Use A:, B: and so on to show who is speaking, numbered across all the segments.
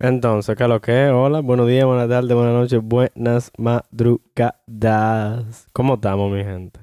A: Entonces, ¿qué es lo que es? Hola, buenos días, buenas tardes, buenas noches, buenas madrugadas. ¿Cómo estamos, mi gente?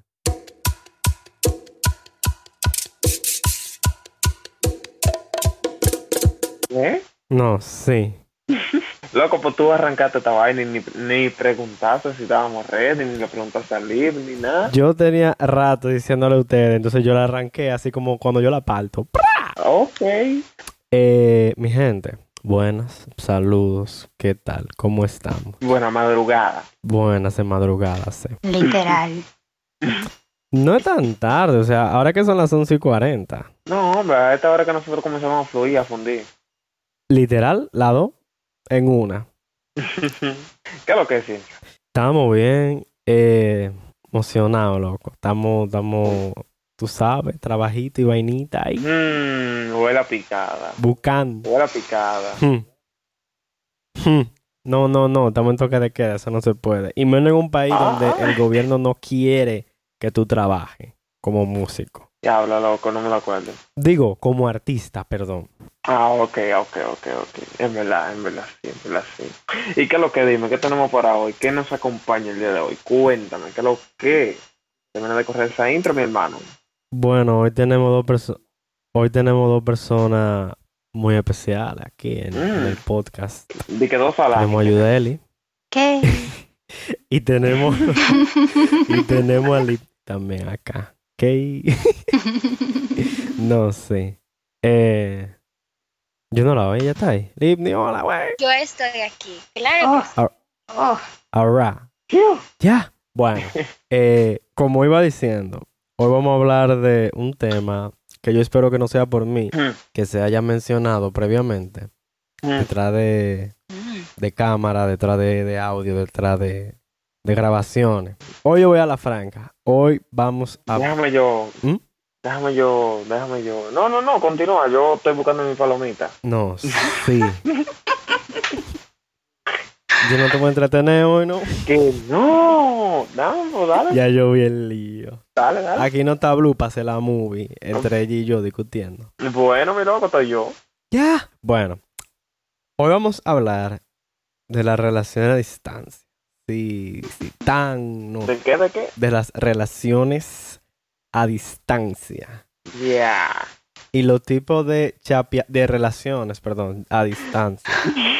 B: ¿Eh?
A: No, sí.
B: Loco, pues tú arrancaste esta vaina y ni preguntaste si estábamos ready, ni le preguntaste al libro, ni nada.
A: Yo tenía rato diciéndole a ustedes, entonces yo la arranqué así como cuando yo la parto.
B: Ok.
A: Mi gente, buenas, saludos, ¿qué tal? ¿Cómo estamos?
B: Buena madrugada.
A: Buenas de madrugada, sí.
C: Literal.
A: No es tan tarde, o sea, ahora que son las 11:40.
B: No, hombre, a esta hora que nosotros comenzamos a fluir, a fundir.
A: Literal, la dos en una.
B: ¿Qué es lo que es ciencia?
A: Estamos bien, emocionados, loco. Estamos, tú sabes, trabajito y vainita ahí.
B: Huele a picada.
A: Buscando.
B: Huele a picada.
A: No, estamos en toque de queda, eso no se puede. Y menos en un país donde el gobierno no quiere que tú trabajes como músico.
B: Diablo, loco, no me lo acuerdo.
A: Digo, como artista, perdón.
B: Ok. En verdad sí. ¿Y qué es lo que dime? ¿Qué tenemos para hoy? ¿Qué nos acompaña el día de hoy? Cuéntame, ¿qué es lo que? Termina de correr esa intro, mi hermano.
A: Bueno, hoy tenemos dos personas muy especiales aquí en el podcast.
B: Di que dos saladas.
A: Tenemos a Yudeli.
C: ¿Qué?
A: Y tenemos a Lip también acá. ¿Qué? No sé. Yo no la veo, ella está ahí. Lip, ni hola, güey.
D: Yo estoy aquí, claro que sí.
A: Ahora. Ya. Bueno, como iba diciendo, hoy vamos a hablar de un tema que yo espero que no sea por mí, que se haya mencionado previamente. Detrás de cámara, detrás de audio, detrás de grabaciones. Hoy yo voy a la franca. Hoy vamos a...
B: Déjame yo. No, continúa. Yo estoy buscando mi palomita.
A: No, sí. Yo no te voy a entretener hoy, ¿no?
B: Que no. Dale.
A: Ya yo vi el lío.
B: Dale.
A: Aquí no está Blue para hacer la movie entre ella y yo discutiendo.
B: Bueno, mi loco, estoy yo.
A: Ya. Bueno, hoy vamos a hablar de la relación a distancia. Sí, no.
B: ¿De qué?
A: De las relaciones a distancia.
B: Yeah.
A: Y los tipos de relaciones, a distancia.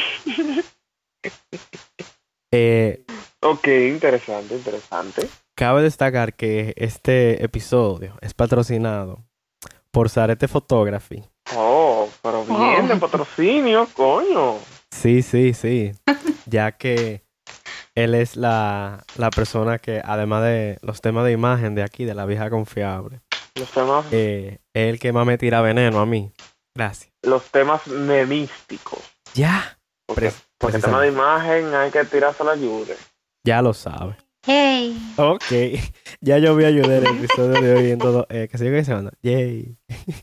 B: Ok, interesante.
A: Cabe destacar que este episodio es patrocinado por Zarete Photography.
B: Oh, pero bien de patrocinio, coño.
A: Sí. Ya que él es la persona que, además de los temas de imagen de aquí, de la vieja confiable,
B: Los temas,
A: es el que más me tira veneno a mí. Gracias.
B: los temas memísticos.
A: Ya.
B: Porque el tema de imagen hay que tirarse la ayuda.
A: Ya lo sabe.
C: Hey.
A: Ok. Ya yo voy a ayudar el episodio de hoy en todo. ¿Qué se llama? Yay.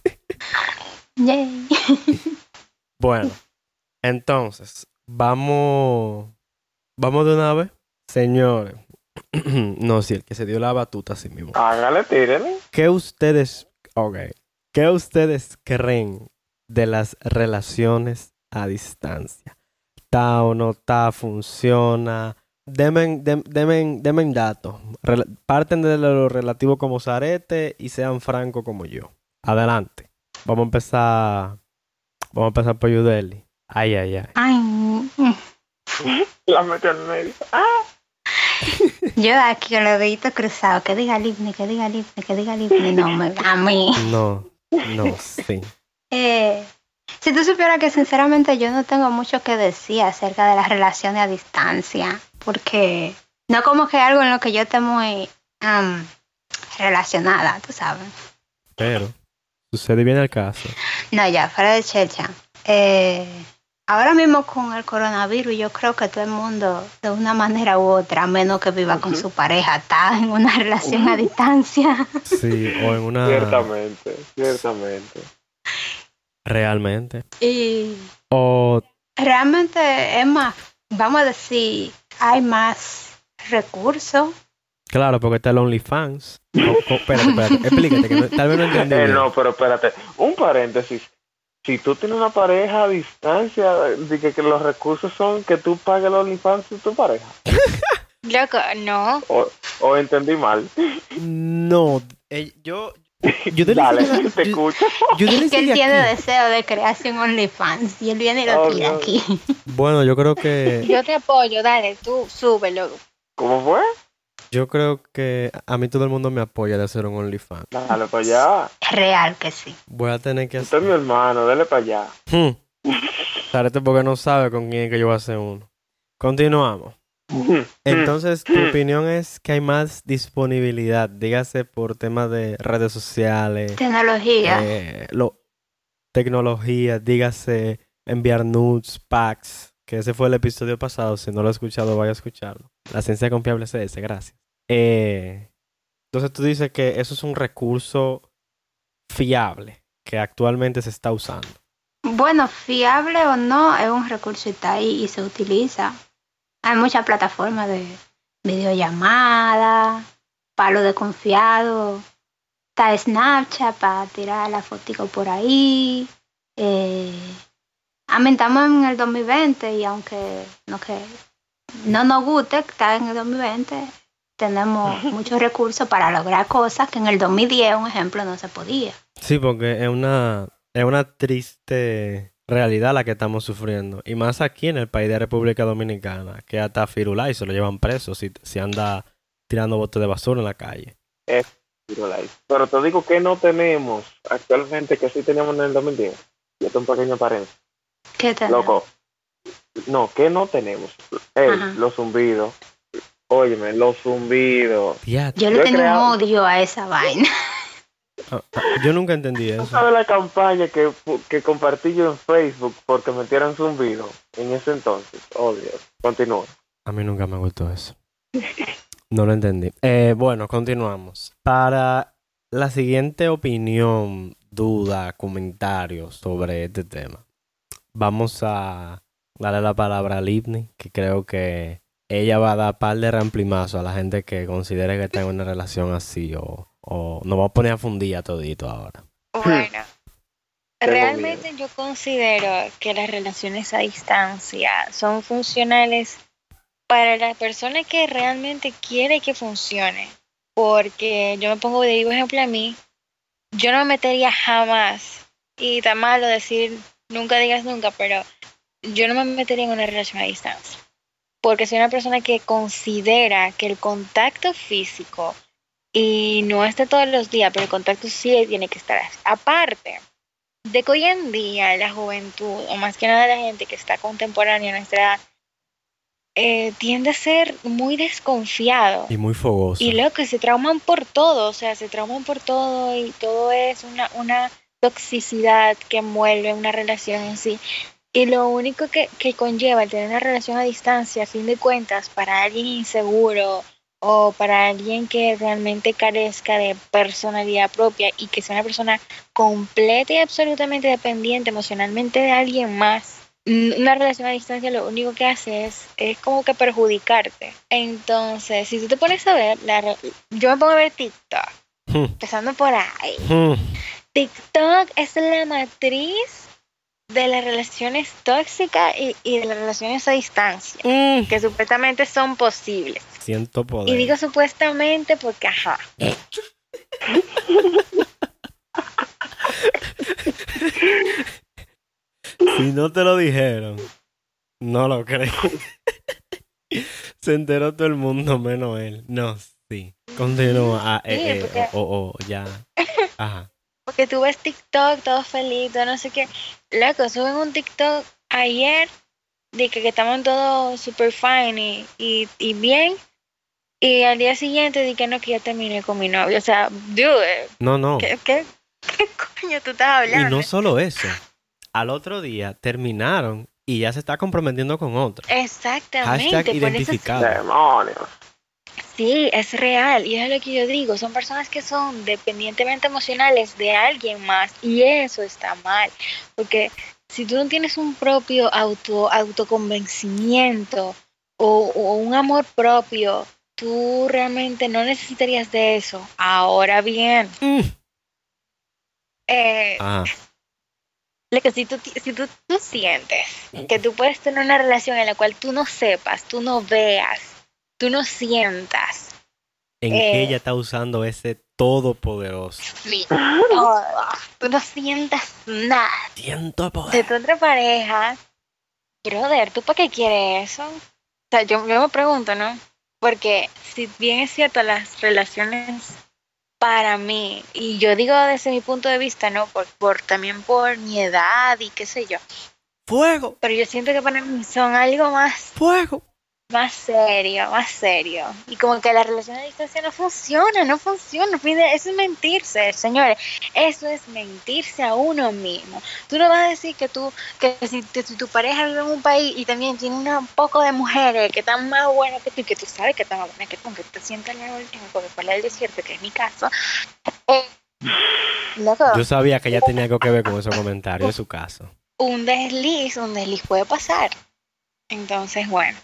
C: Yay.
A: Bueno. Entonces, vamos de una vez. Señores. No, sí, el que se dio la batuta así mismo.
B: Hágale, tírele.
A: ¿Qué ustedes creen de las relaciones a distancia? ¿Está o no está? ¿Funciona? Demen datos. Parten de lo relativo como Zarete y sean francos como yo. Adelante. Vamos a empezar por Yudeli. Ay.
B: La metió en medio.
C: Yo aquí con los deditos cruzados. Que diga Livni. No, a mí.
A: No, sí.
C: Si tú supieras que sinceramente yo no tengo mucho que decir acerca de las relaciones a distancia. Porque no como que algo en lo que yo esté muy relacionada, tú sabes.
A: Pero sucede bien el caso.
C: No, ya, fuera de chercha. Ahora mismo con el coronavirus yo creo que todo el mundo de una manera u otra, a menos que viva con su pareja, está en una relación a distancia.
A: Sí, o en una...
B: Ciertamente.
A: Realmente.
C: Y
A: O...
C: realmente es más, vamos a decir, hay más recursos.
A: Claro, porque está el OnlyFans. Espérate. Explícate, que tal vez no entendí bien.
B: No, pero espérate. Un paréntesis. si tú tienes una pareja a distancia, de que los recursos son que tú pagues los OnlyFans de tu pareja.
D: Loco, no.
B: O entendí mal.
A: No, yo
B: Dale, te escucho.
C: Es que él tiene deseo de crearse un OnlyFans y él viene y lo tira aquí.
A: Bueno, yo creo que...
D: Yo te apoyo, dale, tú súbelo.
B: ¿Cómo fue?
A: Yo creo que a mí todo el mundo me apoya de hacer un OnlyFans.
B: Dale para allá.
C: Es real que sí.
A: Voy a tener que
B: hacer... Usted es mi hermano, dale para allá.
A: Sarete porque no sabe con quién es que yo voy a hacer uno. Continuamos. Entonces, tu opinión es que hay más disponibilidad, dígase por temas de redes sociales,
C: tecnología,
A: tecnología, dígase enviar nudes, packs, que ese fue el episodio pasado. Si no lo he escuchado, vaya a escucharlo. La ciencia confiable es ese, gracias. Entonces tú dices que eso es un recurso fiable que actualmente se está usando.
C: Bueno, fiable o no, es un recurso y está ahí y se utiliza. Hay muchas plataformas de videollamada, palo de confiado, está Snapchat para tirar la fotico por ahí. Estamos en el 2020 y aunque no nos guste estar en el 2020, tenemos muchos recursos para lograr cosas que en el 2010, un ejemplo, no se podía.
A: Sí, porque es una triste realidad la que estamos sufriendo. Y más aquí en el país de República Dominicana, que hasta Firulais se lo llevan preso si anda tirando botes de basura en la calle.
B: Es Firulais. Pero te digo que no tenemos actualmente, que sí teníamos en el 2010. Yo tengo un pequeño paréntesis.
C: ¿Qué tenemos?
B: Loco. No, que no tenemos. Los zumbidos. Óyeme, los zumbidos.
C: Yo le tengo un odio a esa vaina.
A: Yo nunca entendí eso.
B: ¿Sabes la campaña que compartí yo en Facebook porque metieran zumbido en ese entonces? Oh, Dios. Continúa.
A: A mí nunca me gustó eso. No lo entendí. Bueno, continuamos. Para la siguiente opinión, duda, comentario sobre este tema, vamos a darle la palabra a Livni, que creo que ella va a dar par de ramplimazos a la gente que considere que está en una relación así o nos va a poner a fundir a todito ahora.
D: Bueno, realmente yo considero que las relaciones a distancia son funcionales para la persona que realmente quiere que funcione. Porque yo me pongo, digo ejemplo a mí, yo no me metería jamás, y está malo decir nunca digas nunca, pero yo no me metería en una relación a distancia. Porque soy una persona que considera que el contacto físico, y no es de todos los días, pero el contacto sí tiene que estar. Aparte de que hoy en día la juventud, o más que nada la gente que está contemporánea a nuestra edad, tiende a ser muy desconfiado.
A: Y muy fogoso.
D: Y luego que se trauman por todo, o sea, se trauman por todo y todo es una toxicidad que envuelve una relación en sí. Y lo único que conlleva el tener una relación a distancia, a fin de cuentas, para alguien inseguro o para alguien que realmente carezca de personalidad propia y que sea una persona completa y absolutamente dependiente emocionalmente de alguien más, una relación a distancia lo único que hace es como que perjudicarte. Entonces, si tú te pones a ver, yo me pongo a ver TikTok, empezando por ahí. TikTok es la matriz de las relaciones tóxicas y de las relaciones a distancia, que supuestamente son posibles.
A: Siento poder.
D: Y digo supuestamente porque, ajá.
A: Si no te lo dijeron, no lo creo. Se enteró todo el mundo menos él. No, sí. Continúa. Ya. Ajá.
D: Porque tú ves TikTok, todo feliz, todo no sé qué. Loco, suben un TikTok ayer de que estaban todos super fine y bien. Y al día siguiente di que no, que ya terminé con mi novio. O sea, dude.
A: No.
D: ¿Qué coño tú estás hablando?
A: Y no solo eso. Al otro día terminaron y ya se está comprometiendo con otro.
D: Exactamente.
A: Hashtag identificado.
B: Demonios.
D: Sí, es real. Y es lo que yo digo. Son personas que son dependientemente emocionales de alguien más. Y eso está mal. Porque si tú no tienes un propio autoconvencimiento o un amor propio, tú realmente no necesitarías de eso. Ahora bien, Lo que si tú sientes que tú puedes tener una relación en la cual tú no sepas, tú no veas, tú no sientas.
A: ¿En qué ella está usando ese todopoderoso?
D: Sí. Tú no sientas nada.
A: Siento poder.
D: De tu otra pareja. Brother, ¿tú para qué quieres eso? O sea, yo me pregunto, ¿no? Porque si bien es cierto, las relaciones para mí, y yo digo desde mi punto de vista, ¿no? También por mi edad y qué sé yo.
A: ¡Fuego!
D: Pero yo siento que para mí son algo más
A: ¡Fuego!
D: más serio. Y como que la relación a distancia no funciona. Eso es mentirse, señores. Eso es mentirse a uno mismo. Tú no vas a decir que si tu pareja vive en un país y también tiene un poco de mujeres que están más buenas que tú, y que tú sabes que están más buenas que tú, aunque te sientas en la última porque fuera del desierto, que es mi caso. Loco,
A: Yo sabía que ella tenía algo que ver con esos comentarios de su caso.
D: un desliz puede pasar. Entonces, bueno.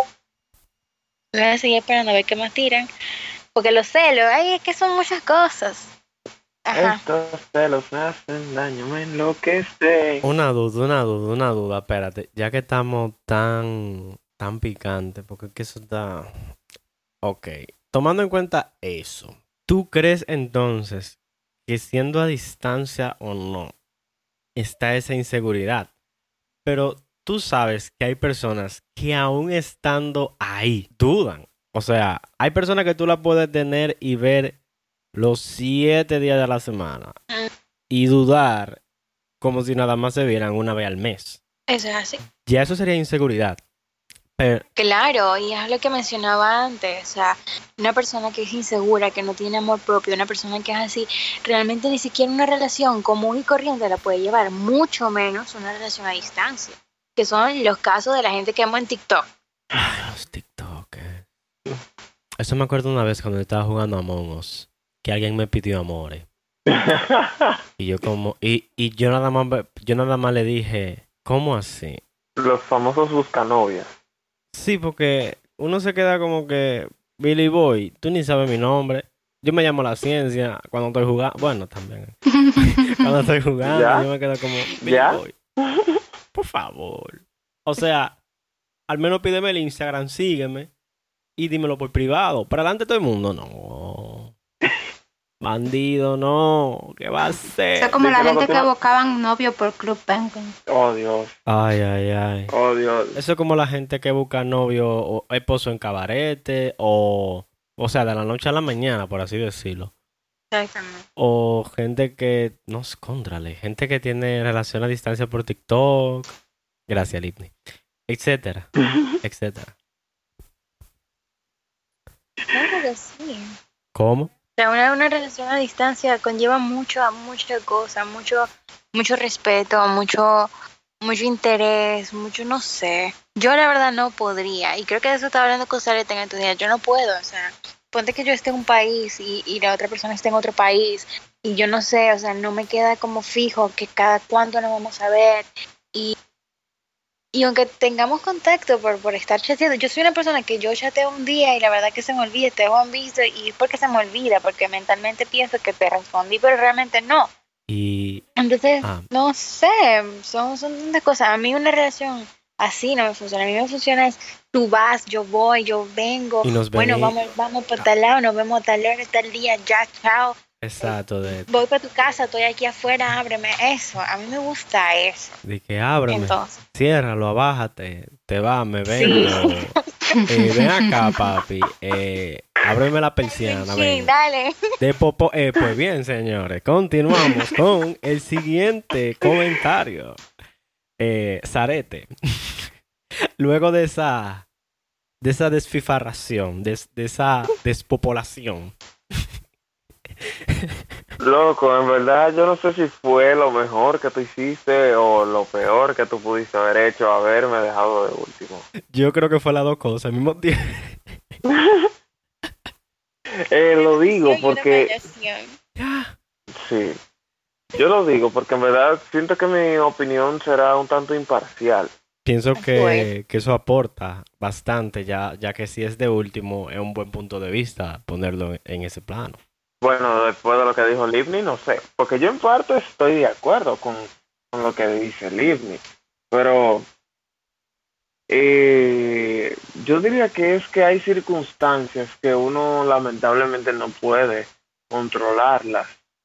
D: Voy a seguir esperando a ver qué más tiran. Porque los celos, es que son muchas cosas. Ajá.
B: Estos celos me hacen daño, me enloquecen.
A: Una duda, espérate. Ya que estamos tan picantes, porque es que eso está... Ok. Tomando en cuenta eso, ¿tú crees entonces que siendo a distancia o no, está esa inseguridad? Pero tú sabes que hay personas que aún estando ahí, dudan. O sea, hay personas que tú las puedes tener y ver los 7 días de la semana y dudar como si nada más se vieran una vez al mes.
D: Eso es así.
A: Ya eso sería inseguridad. Pero
D: Claro, y es lo que mencionaba antes. O sea, una persona que es insegura, que no tiene amor propio, una persona que es así, realmente ni siquiera una relación común y corriente la puede llevar, mucho menos una relación a distancia. Que son los casos de la gente que amo en TikTok.
A: los TikTokers. Eso me acuerdo una vez cuando estaba jugando a Among Us, que alguien me pidió amores. Y yo como... Y yo nada más le dije, ¿cómo así?
B: Los famosos buscanovias.
A: Sí, porque uno se queda como que... Billy Boy, tú ni sabes mi nombre. Yo me llamo La Ciencia cuando estoy jugando. Bueno, también. Cuando estoy jugando,
B: ¿Ya?
A: yo me quedo como... Billy
B: ¿Ya?
A: Boy, por favor. O sea, al menos pídeme el Instagram, sígueme. Y dímelo por privado. Para adelante todo el mundo, no. Bandido, no. ¿Qué va a ser?
C: Eso es como
B: Sí,
C: la
B: que
C: gente
B: luego
C: que
B: tú-
C: buscaban novio por Club Penguin.
B: Oh, Dios.
A: Ay.
B: Oh, Dios.
A: Eso es como la gente que busca novio o esposo en cabarete o sea, de la noche a la mañana, por así decirlo.
D: Exactamente.
A: O gente que, no sé, cóntrale, gente que tiene relación a distancia por TikTok. Gracias, Lipney. Etcétera, etcétera.
D: Claro que sí.
A: ¿Cómo?
D: O sea, una relación a distancia conlleva muchas cosas, mucho respeto, mucho interés, mucho no sé. Yo la verdad no podría, y creo que de eso estaba hablando con Sarita en estos días. Yo no puedo, o sea, ponte que yo esté en un país y la otra persona esté en otro país, y yo no sé, o sea, no me queda como fijo que cada cuánto nos vamos a ver, y aunque tengamos contacto por estar chateando, yo soy una persona que yo chateo un día y la verdad que se me olvida, te dejo en visto y es porque se me olvida, porque mentalmente pienso que te respondí, pero realmente no.
A: Y
D: Entonces, no sé, son tantas cosas. A mí una relación así no me funciona. A mí me funciona es, tú vas, yo voy, yo vengo.
A: Y nos
D: Bueno,
A: vení-
D: vamos por tal lado, nos vemos tal hora, tal día, ya, chao.
A: exacto,
D: Voy para tu casa, estoy aquí afuera, ábreme. Eso, a mí me gusta eso.
A: de que ábreme,
D: Entonces,
A: ciérralo, abájate, te va, me vengo. Ven acá, papi. Ábreme la persiana,
D: sí,
A: ven.
D: dale.
A: De popo. Pues bien, señores, continuamos con el siguiente comentario. Sarete. Luego de esa desfifarración, de esa despopulación.
B: Loco, en verdad yo no sé si fue lo mejor que tú hiciste o lo peor que tú pudiste haber hecho, haberme dejado de último.
A: Yo creo que fue las dos cosas al mismo tiempo.
B: Lo digo
D: Sí, hay una
B: porque...
D: variación.
B: Sí. Yo lo digo porque en verdad siento que mi opinión será un tanto imparcial.
A: Pienso
D: Así es.
A: que eso aporta bastante, ya que si es de último, es un buen punto de vista ponerlo en ese plano.
B: Bueno, después de lo que dijo Livni, no sé. Porque yo en parte estoy de acuerdo con con lo que dice Leibniz. Pero yo diría que es que hay circunstancias que uno lamentablemente no puede controlarlas.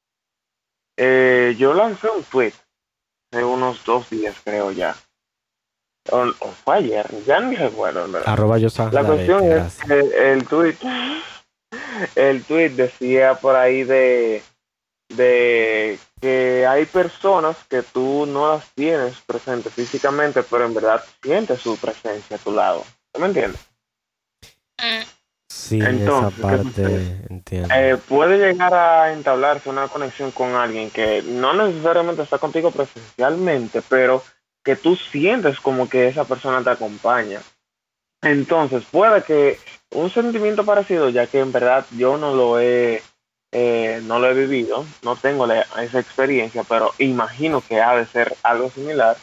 B: Yo lancé un tweet hace unos 2 días, creo ya. O fue ayer, ya ni recuerdo, ¿verdad? La cuestión es que el tweet decía por ahí de que hay personas que tú no las tienes presentes físicamente, pero en verdad sientes su presencia a tu lado. ¿Tú me entiendes?
A: Sí, entonces, esa parte entiendo.
B: Puede llegar a entablarse una conexión con alguien que no necesariamente está contigo presencialmente, pero que tú sientes como que esa persona te acompaña. Entonces, puede que un sentimiento parecido, ya que en verdad yo no lo he vivido, no tengo esa experiencia, pero imagino que ha de ser algo similar,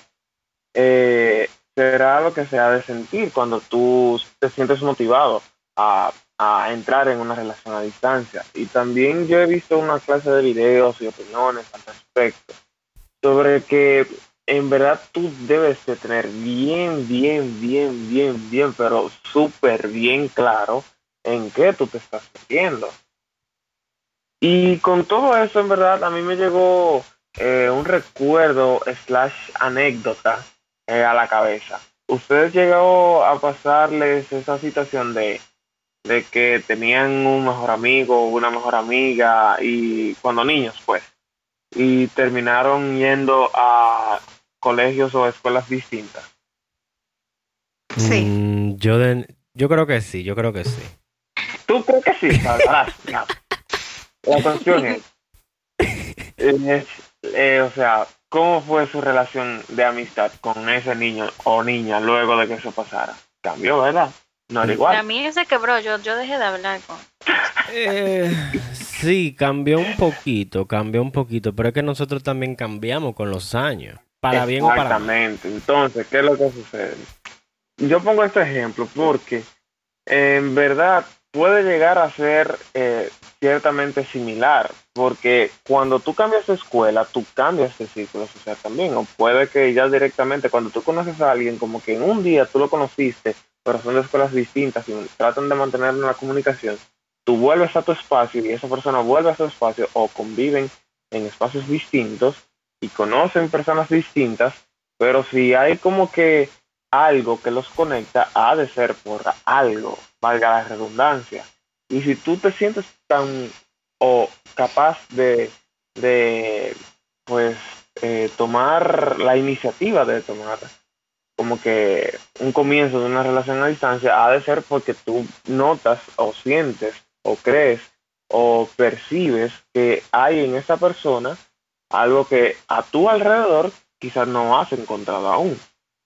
B: será lo que se ha de sentir cuando tú te sientes motivado a entrar en una relación a distancia. Y también yo he visto una clase de videos y opiniones al respecto sobre que en verdad tú debes de tener bien, pero súper bien claro en qué tú te estás metiendo. Y con todo eso, en verdad, a mí me llegó un recuerdo / anécdota a la cabeza. ¿Ustedes llegó a pasarles esa situación de que tenían un mejor amigo o una mejor amiga y cuando niños, pues, y terminaron yendo a colegios o escuelas distintas?
C: Sí.
A: Yo creo que sí,
B: ¿Tú crees que sí? La cuestión o sea, ¿cómo fue su relación de amistad con ese niño o niña luego de que eso pasara? Cambió, ¿verdad? No era igual.
D: A mí se quebró, yo dejé de hablar con...
A: Sí, cambió un poquito, pero es que nosotros también cambiamos con los años, para bien o para mal.
B: Exactamente. Entonces, ¿qué es lo que sucede? Yo pongo este ejemplo porque en verdad puede llegar a ser ciertamente similar, porque cuando tú cambias de escuela, tú cambias de círculo social también, o puede que ya directamente cuando tú conoces a alguien, como que en un día tú lo conociste, pero son de escuelas distintas y tratan de mantener una comunicación, tú vuelves a tu espacio y esa persona vuelve a su espacio o conviven en espacios distintos y conocen personas distintas, pero si hay como que algo que los conecta, ha de ser por algo, valga la redundancia. Y si tú te sientes tan o capaz de pues tomar la iniciativa de tomar como que un comienzo de una relación a distancia, ha de ser porque tú notas o sientes o crees o percibes que hay en esa persona algo que a tu alrededor quizás no has encontrado aún.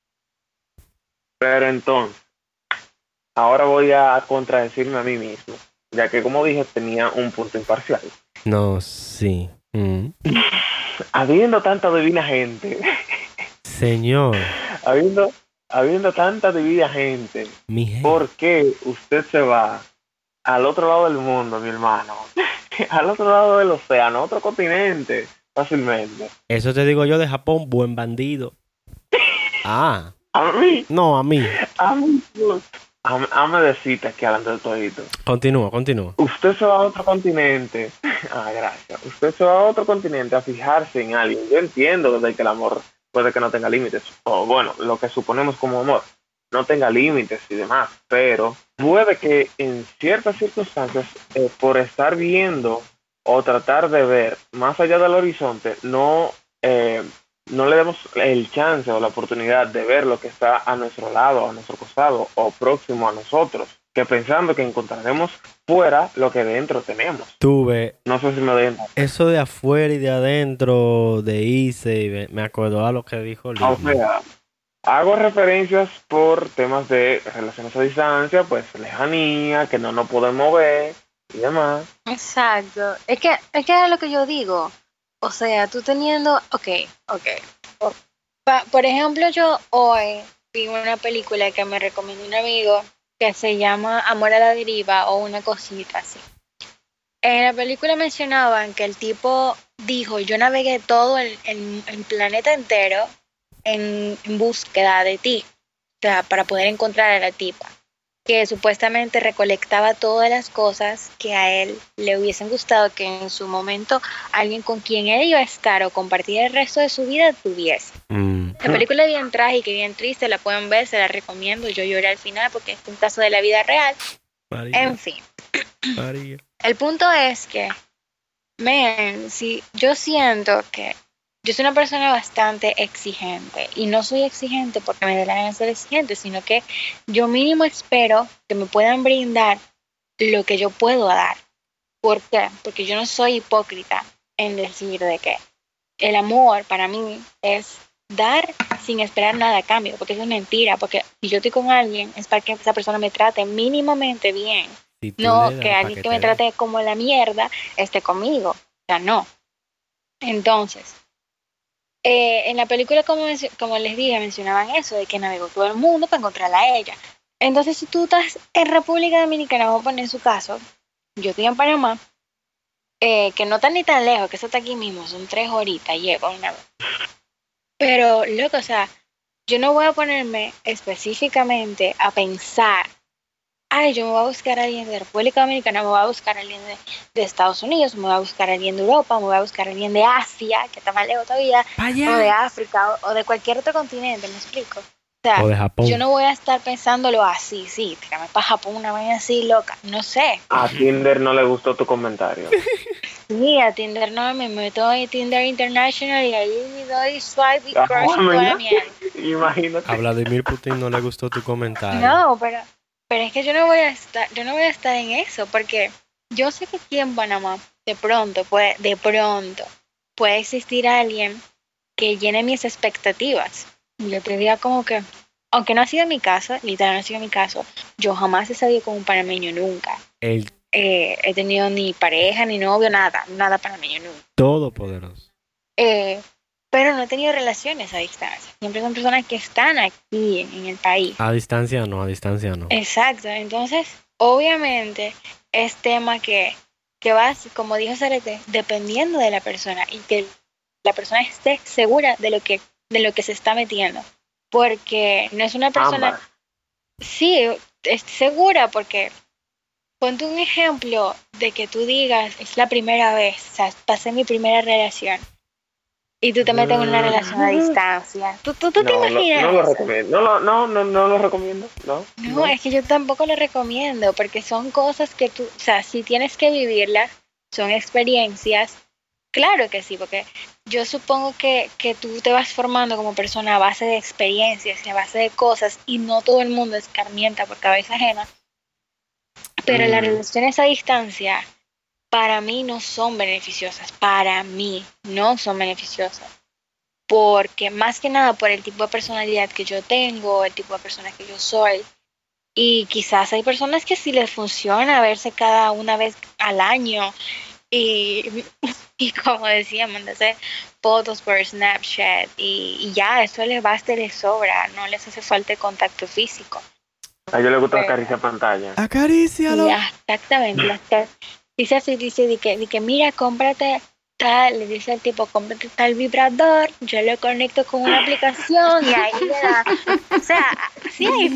B: Pero entonces, ahora voy a contradecirme a mí mismo, ya que como dije tenía un punto imparcial.
A: No, sí.
B: Habiendo tanta divina gente.
A: Señor.
B: habiendo tanta divina gente, ¿por qué usted se va al otro lado del mundo, mi hermano? Al otro lado del océano, otro continente, fácilmente.
A: Eso te digo yo de Japón, buen bandido.
B: ¿A mí?
A: No, a mí.
B: Me decita que hablando de todito.
A: Continúa.
B: Usted se va a otro continente. Gracias. Usted se va a otro continente a fijarse en alguien. Yo entiendo desde que el amor puede que no tenga límites. O bueno, lo que suponemos como amor no tenga límites y demás. Pero puede que en ciertas circunstancias, por estar viendo o tratar de ver más allá del horizonte, no le demos el chance o la oportunidad de ver lo que está a nuestro lado, a nuestro costado o próximo a nosotros, que pensando que encontraremos fuera lo que dentro tenemos. No sé si me doy.
A: Eso de afuera y de adentro, de irse, me acordó a lo que dijo Lili.
B: O sea, hago referencias por temas de relaciones a distancia, pues lejanía, que no nos podemos ver y demás.
D: Exacto. Es que es lo que yo digo. O sea, tú teniendo... Ok. Por ejemplo, yo hoy vi una película que me recomendó un amigo que se llama Amor a la Deriva o una cosita así. En la película mencionaban que el tipo dijo, yo navegué todo el planeta entero en búsqueda de ti, o sea, para poder encontrar a la tipa, que supuestamente recolectaba todas las cosas que a él le hubiesen gustado que en su momento alguien con quien él iba a estar o compartir el resto de su vida tuviese. La película es bien trágica y bien triste, la pueden ver, se la recomiendo. Yo lloré al final porque es un caso de la vida real. María. En fin. María. El punto es que, si yo siento que yo soy una persona bastante exigente y no soy exigente porque me dé la gana de ser exigente, sino que yo mínimo espero que me puedan brindar lo que yo puedo dar. ¿Por qué? Porque yo no soy hipócrita en decir de que el amor para mí es dar sin esperar nada a cambio, porque eso es mentira, porque si yo estoy con alguien es para que esa persona me trate mínimamente bien, si no que alguien que me trate como la mierda esté conmigo, o sea, no. Entonces, en la película, como les dije, mencionaban eso, de que navegó todo el mundo para encontrarla a ella. Entonces, si tú estás en República Dominicana, vamos a poner en su caso, yo estoy en Panamá, que no está ni tan lejos, que eso está aquí mismo, son 3 horitas, llego una vez. Pero, loco, o sea, yo no voy a ponerme específicamente a pensar, ay, yo me voy a buscar a alguien de República Dominicana, me voy a buscar a alguien de Estados Unidos, me voy a buscar a alguien de Europa, me voy a buscar a alguien de Asia, que está más lejos todavía, o de África, o de cualquier otro continente, ¿me explico? O sea,
A: o de Japón.
D: Yo no voy a estar pensándolo así, sí, tírame para Japón una vaina así loca, no sé.
B: A Tinder no le gustó tu comentario.
D: Sí, a Tinder no, me meto en Tinder International y ahí doy swipe y crush y toda la mierda.
B: Imagínate.
A: A Vladimir Putin no le gustó tu comentario.
D: No, pero es que yo no voy a estar en eso, porque yo sé que aquí en Panamá de pronto puede existir alguien que llene mis expectativas. Y yo te diga como que, aunque no ha sido mi caso, literal no ha sido mi caso, yo jamás he salido con un panameño, nunca. He tenido ni pareja, ni novio, nada panameño, nunca.
A: Todopoderoso.
D: Pero no he tenido relaciones a distancia. Siempre son personas que están aquí en el país.
A: A distancia no.
D: Exacto. Entonces, obviamente, es tema que vas, como dijo Zarete, dependiendo de la persona y que la persona esté segura de lo que se está metiendo. Porque no es una persona... Sí, es segura porque... Ponte un ejemplo de que tú digas, es la primera vez, o sea, pasé mi primera relación. Y tú te metes en una relación a distancia. ¿Tú te imaginas?
B: No lo recomiendo. No lo recomiendo.
D: No, es que yo tampoco lo recomiendo, porque son cosas que tú, o sea, si tienes que vivirlas, son experiencias. Claro que sí, porque yo supongo que tú te vas formando como persona a base de experiencias y a base de cosas, y no todo el mundo escarmienta por cabeza ajena. Pero las relaciones a distancia, para mí no son beneficiosas. Porque más que nada por el tipo de personalidad que yo tengo, el tipo de persona que yo soy. Y quizás hay personas que sí les funciona verse cada una vez al año. Y como decía, mandarse fotos por Snapchat. Y ya, eso les basta y les sobra. No les hace falta el contacto físico.
B: A ellos les gusta acariciar pantalla.
A: ¡Acarícialo!
D: Ya, exactamente. Dice así, dice que mira, cómprate tal, le dice el tipo, cómprate tal vibrador, yo lo conecto con una aplicación y ahí le da. O sea, sí hay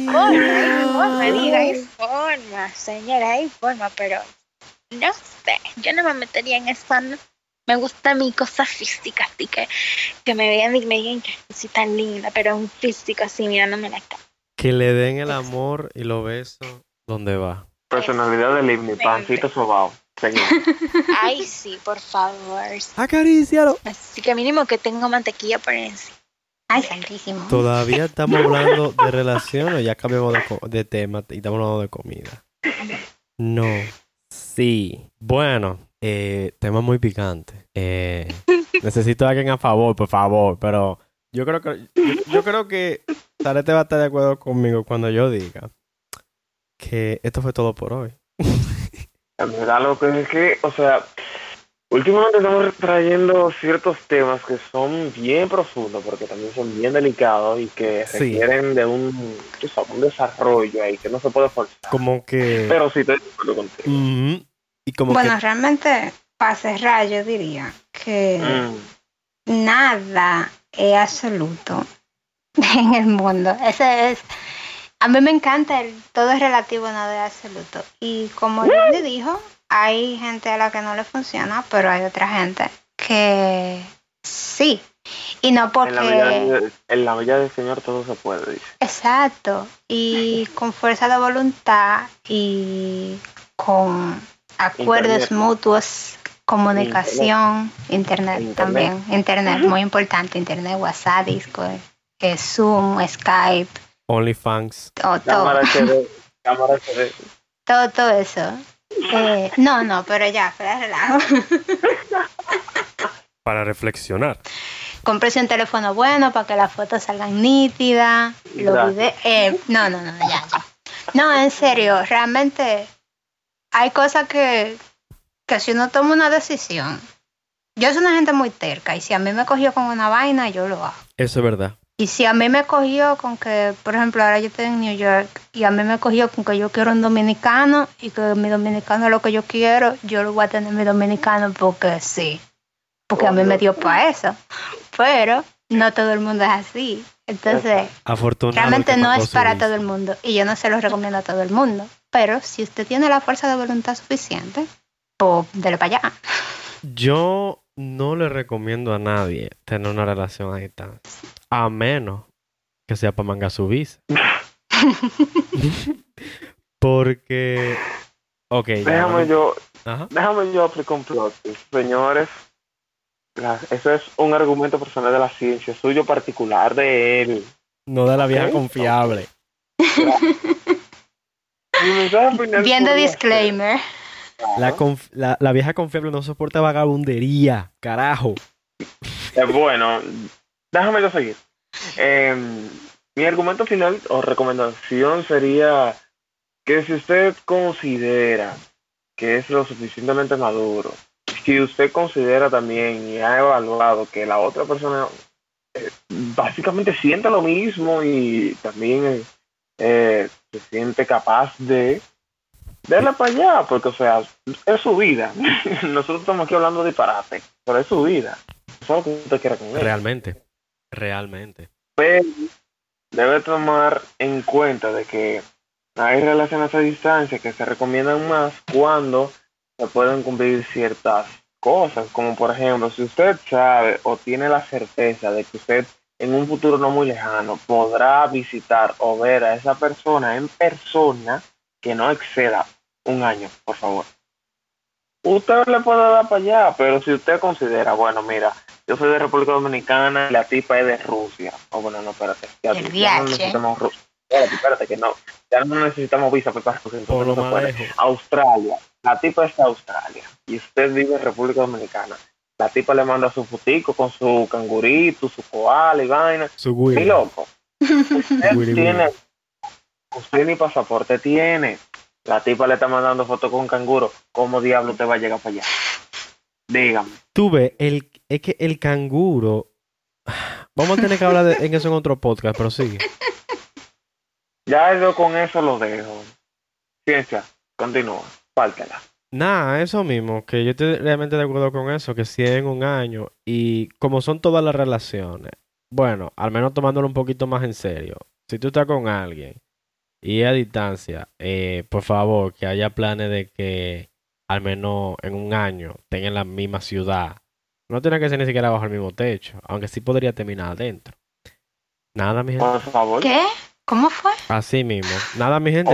D: forma, señora, hay forma, pero no sé, yo no me metería en eso, ¿no? Me gusta mi cosa física, así que me vean y me digan que soy tan linda, pero un físico así mirándome la cara.
A: Que le den el amor y los besos donde va.
B: Personalidad del himno, pancito sobao. Señor.
D: Ay, sí, por favor.
A: Acarícialo.
D: Así que mínimo que tenga mantequilla por encima.
C: Ay, santísimo.
A: Todavía estamos hablando de relaciones, ya cambiamos de tema y estamos hablando de comida. No. Sí. Bueno, tema muy picante. Necesito a alguien a favor, por favor, pero yo creo que Zarete va a estar de acuerdo conmigo cuando yo diga que esto fue todo por hoy.
B: En verdad, lo que es que, o sea, últimamente estamos trayendo ciertos temas que son bien profundos, porque también son bien delicados y que requieren de un desarrollo ahí que no se puede forzar.
A: Como que...
B: Pero sí estoy de acuerdo contigo.
A: Y como
C: bueno, realmente para cerrar, yo diría que nada es absoluto en el mundo. Ese es, a mí me encanta todo es relativo, nada es absoluto. Y como le dijo, hay gente a la que no le funciona, pero hay otra gente que sí. Y no porque...
B: En la vida del Señor todo se puede, dice.
C: Exacto. Y con fuerza de voluntad y con acuerdos mutuos, comunicación, internet también. Internet, muy importante. Internet, WhatsApp, Discord, Zoom, Skype.
A: OnlyFans.
B: Cámara HD.
C: Todo eso. No, pero ya, fuera de relajo.
A: Para reflexionar.
C: Cómprese un teléfono bueno para que las fotos salgan nítidas. Los videos. No, ya. No, en serio, realmente hay cosas que si uno toma una decisión. Yo soy una gente muy terca y si a mí me cogió con una vaina, yo lo hago.
A: Eso es verdad.
C: Y si a mí me cogió con que, por ejemplo, ahora yo estoy en New York y a mí me cogió con que yo quiero un dominicano y que mi dominicano es lo que yo quiero, yo lo voy a tener mi dominicano porque sí. Porque a mí me dio para eso. Pero no todo el mundo es así. Entonces, realmente no es para todo el mundo. Y yo no se lo recomiendo a todo el mundo. Pero si usted tiene la fuerza de voluntad suficiente, pues dele para allá.
A: Yo no le recomiendo a nadie tener una relación a distancia. A menos que sea para mangar su visa. Porque... Ok,
B: déjame yo aplicar un plot, señores. Eso es un argumento personal de la ciencia, suyo particular de él.
A: No de la vieja confiable.
C: Viendo disclaimer.
A: La vieja confiable no soporta vagabundería, carajo.
B: Bueno, déjame yo seguir. Mi argumento final o recomendación sería que si usted considera que es lo suficientemente maduro, si usted considera también y ha evaluado que la otra persona básicamente siente lo mismo y también se siente capaz de darle para allá, porque o sea, es su vida. Nosotros estamos aquí hablando de disparate, pero es su vida. Eso es lo que usted quiera con él.
A: Realmente.
B: Pero debe tomar en cuenta de que hay relaciones a distancia que se recomiendan más cuando se pueden cumplir ciertas cosas, como por ejemplo, si usted sabe o tiene la certeza de que usted en un futuro no muy lejano podrá visitar o ver a esa persona en persona, que no exceda un año, por favor. Usted le puede dar para allá, pero si usted considera, bueno, mira, yo soy de República Dominicana y la tipa es de Rusia. No, espérate. Ya no necesitamos Rusia. Espérate, que no. Ya no necesitamos visa para Rusia. Entonces Australia. La tipa es de Australia. Y usted vive en República Dominicana. La tipa le manda su fotico con su cangurito, su koala y vaina.
A: Su güey.
B: Mi loco. Usted ni pasaporte tiene. La tipa le está mandando fotos con canguro. ¿Cómo diablo te va a llegar para allá? Dígame.
A: Tú ves, es que el canguro... Vamos a tener que hablar en eso en otro podcast, pero sigue.
B: Ya yo con eso lo dejo. Ciencia, continúa. Pártela.
A: Nada, eso mismo, que yo estoy realmente de acuerdo con eso, que si es en un año, y como son todas las relaciones, bueno, al menos tomándolo un poquito más en serio. Si tú estás con alguien y a distancia, por favor, que haya planes de que al menos en un año tengan en la misma ciudad. No tiene que ser ni siquiera bajo el mismo techo, aunque sí podría terminar adentro. Nada, mi gente.
B: Por favor.
C: ¿Qué? ¿Cómo fue?
A: Así mismo. Nada, mi gente.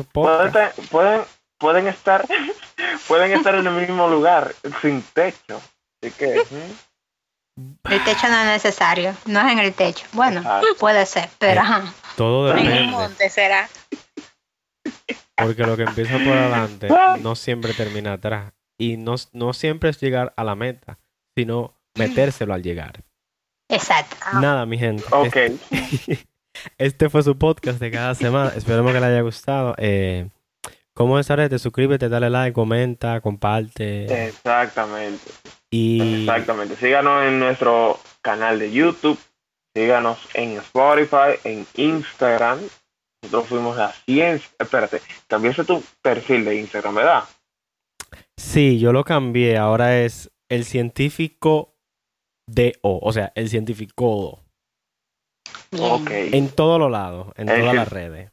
B: Pueden estar en el mismo lugar, sin techo. Así que...
C: El techo no es necesario, no es en el techo. Bueno, puede ser, pero ajá.
A: Todo depende.
D: En el monte será.
A: Porque lo que empieza por adelante no siempre termina atrás. Y no siempre es llegar a la meta, sino metérselo al llegar.
C: Exacto.
A: Nada, mi gente.
B: Ok.
A: Este fue su podcast de cada semana. Esperemos que les haya gustado. ¿Cómo es, Arete? Suscríbete, dale like, comenta, comparte.
B: Exactamente.
A: Exactamente.
B: Síganos en nuestro canal de YouTube. Síganos en Spotify, en Instagram. Nosotros fuimos a Ciencia. Espérate, cambiaste tu perfil de Instagram, ¿verdad?
A: Sí, yo lo cambié. Ahora es el científico o sea, el científico
C: Bien.
B: Ok.
A: en todos los lados, en todas las redes.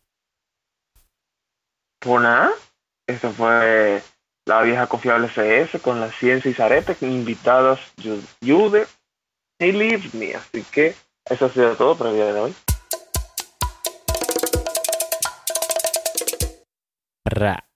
B: Pues nada, esto fue la vieja confiable CS con la ciencia y Zarete, invitadas Jude y Livni. Así que eso ha sido todo por el día de hoy.
A: Ra.